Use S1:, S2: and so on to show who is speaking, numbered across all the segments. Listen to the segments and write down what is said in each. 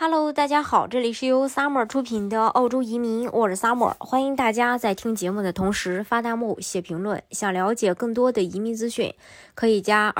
S1: Hello，大家好，这里是由 Summer 出品的澳洲移民，我是 Summer， 欢迎大家在听节目的同时发弹幕、写评论。想了解更多的移民资讯，可以加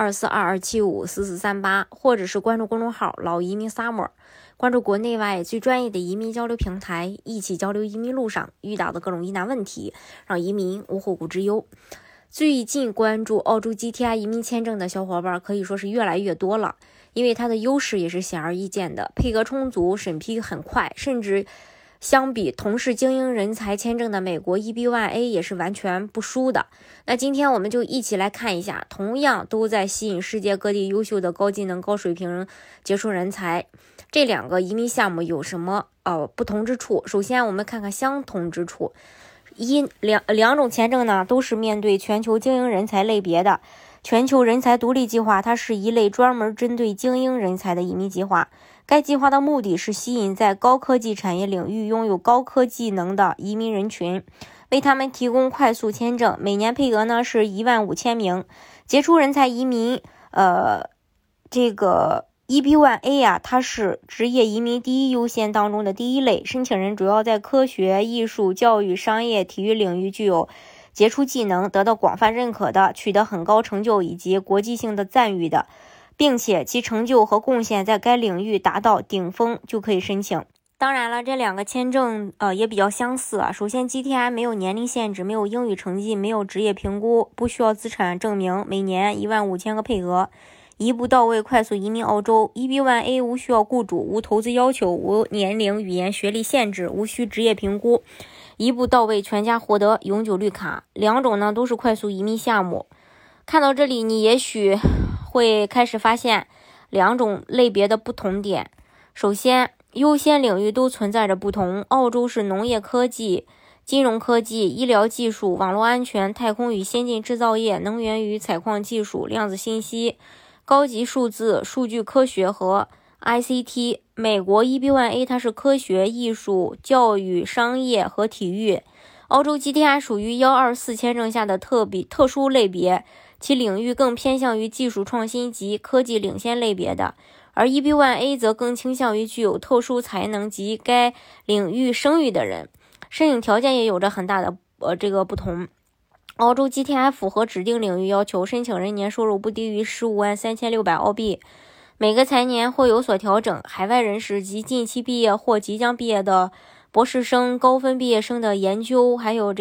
S1: 2422754438，或者是关注公众号老移民 Summer， 关注国内外最专业的移民交流平台，一起交流移民路上遇到的各种疑难问题，让移民无后顾之忧。最近关注澳洲 GTI 移民签证的小伙伴可以说是越来越多了，因为它的优势也是显而易见的，配额充足，审批很快，甚至相比同是精英人才签证的美国 EB1A 也是完全不输的。那今天我们就一起来看一下，同样都在吸引世界各地优秀的高技能、高水平杰出人才，这两个移民项目有什么不同之处。首先我们看看相同之处。两种签证呢，都是面对全球精英人才类别的。全球人才独立计划，它是一类专门针对精英人才的移民计划。该计划的目的是吸引在高科技产业领域拥有高科技能的移民人群，为他们提供快速签证。每年配额呢是15000名。杰出人才移民，这个EB1A 啊，它是职业移民第一优先当中的第一类，申请人主要在科学、艺术、教育、商业、体育领域具有杰出技能，得到广泛认可的，取得很高成就以及国际性的赞誉的，并且其成就和贡献在该领域达到顶峰就可以申请。当然了，这两个签证也比较相似啊。首先 GTI 没有年龄限制，没有英语成绩，没有职业评估，不需要资产证明，每年15000个配额，一步到位快速移民澳洲。 EB1A 无需要雇主，无投资要求，无年龄、语言、学历限制，无需职业评估，一步到位全家获得永久绿卡。两种呢都是快速移民项目。看到这里，你也许会开始发现两种类别的不同点。首先，优先领域都存在着不同。澳洲是农业科技、金融科技、医疗技术、网络安全、太空与先进制造业、能源与采矿技术、量子信息、高级数字、数据科学和 ICT。 美国 EB1A 它是科学、艺术、教育、商业和体育。澳洲 GTI 属于124签证下的特殊类别，其领域更偏向于技术创新及科技领先类别的，而 EB1A 则更倾向于具有特殊才能及该领域声誉的人。申请条件也有着很大的不同。澳洲 GTI 符合指定领域要求，申请人年收入不低于153600澳币，每个财年会有所调整。海外人士及近期毕业或即将毕业的博士生、高分毕业生的研究，还有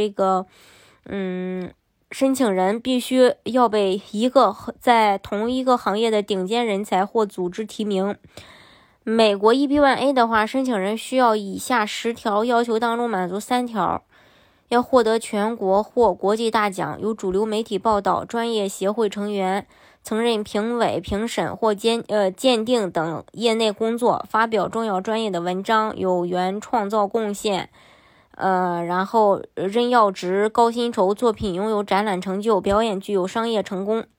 S1: 申请人必须要被一个在同一个行业的顶尖人才或组织提名。美国 EB1A 的话，申请人需要以下10条要求当中满足3条。要获得全国或国际大奖，有主流媒体报道，专业协会成员，曾任评委、评审或鉴定等业内工作，发表重要专业的文章，有原创造贡献，然后任要职，高薪酬，作品拥有展览成就，表演具有商业成功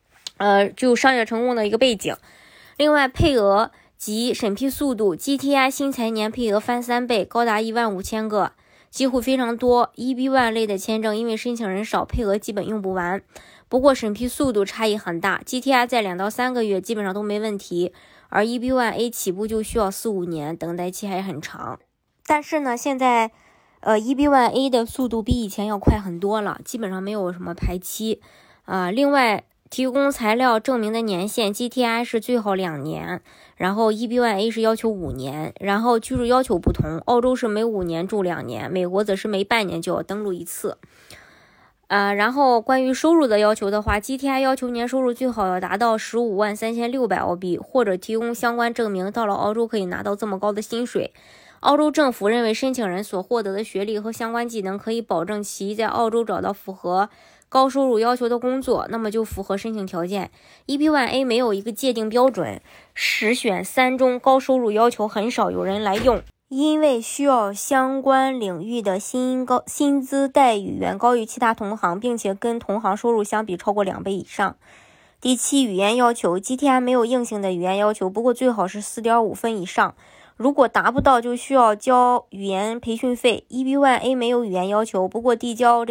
S1: 的一个背景。另外，配额及审批速度 GTI 新财年配额翻3倍，高达15000个，机会非常多。 EB1 类的签证因为申请人少，配额基本用不完，不过审批速度差异很大， GTI 在2到3个月基本上都没问题，而 EB1A 起步就需要4-5年，等待期还很长。但是呢，现在EB1A 的速度比以前要快很多了，基本上没有什么排期另外提供材料证明的年限 GTI 是最好2年，然后 EB1A 是要求5年，然后居住要求不同，澳洲是每5年住2年，美国则是每半年就要登录一次。然后关于收入的要求的话， GTI 要求年收入最好要达到153600澳币，或者提供相关证明到了澳洲可以拿到这么高的薪水。澳洲政府认为申请人所获得的学历和相关技能可以保证其在澳洲找到符合高收入要求的工作，那么就符合申请条件。 EB1A 没有一个界定标准，10选3中高收入要求很少有人来用，因为需要相关领域的薪资待遇远高于其他同行，并且跟同行收入相比超过2倍以上。第7，语言要求 GTI 没有硬性的语言要求，不过最好是 4.5 分以上，如果达不到就需要交语言培训费。 EB1A 没有语言要求，不过递交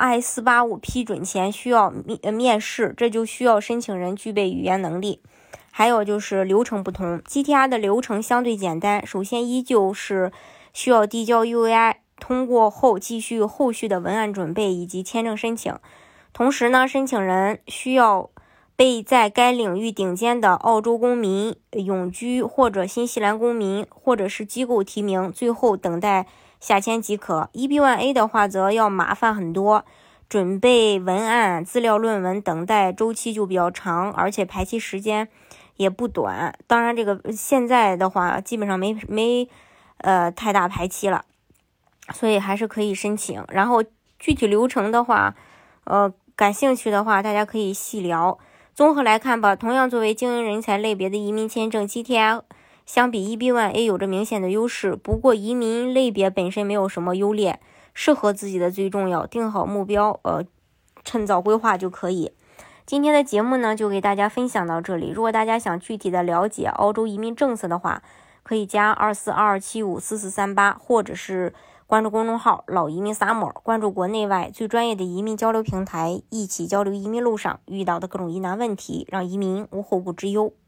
S1: I485 批准前需要面试，这就需要申请人具备语言能力。 还有就是流程不同。 GTR 的流程相对简单，首先依旧是需要递交 UAI， 通过后继续后续的文案准备以及签证申请。同时呢，申请人需要被在该领域顶尖的澳洲公民、永居或者新西兰公民或者是机构提名，最后等待下签即可。 EB1A 的话则要麻烦很多，准备文案、资料论文等待周期就比较长，而且排期时间也不短。当然这个现在的话基本上没太大排期了，所以还是可以申请。然后具体流程的话感兴趣的话大家可以细聊。综合来看吧，同样作为精英人才类别的移民签证， GTR 相比 EB1A 有着明显的优势。不过移民类别本身没有什么优劣，适合自己的最重要，定好目标趁早规划就可以。今天的节目呢就给大家分享到这里。如果大家想具体的了解澳洲移民政策的话，可以加2422754438，或者是关注公众号老移民 Summer， 关注国内外最专业的移民交流平台，一起交流移民路上遇到的各种疑难问题，让移民无后顾之忧。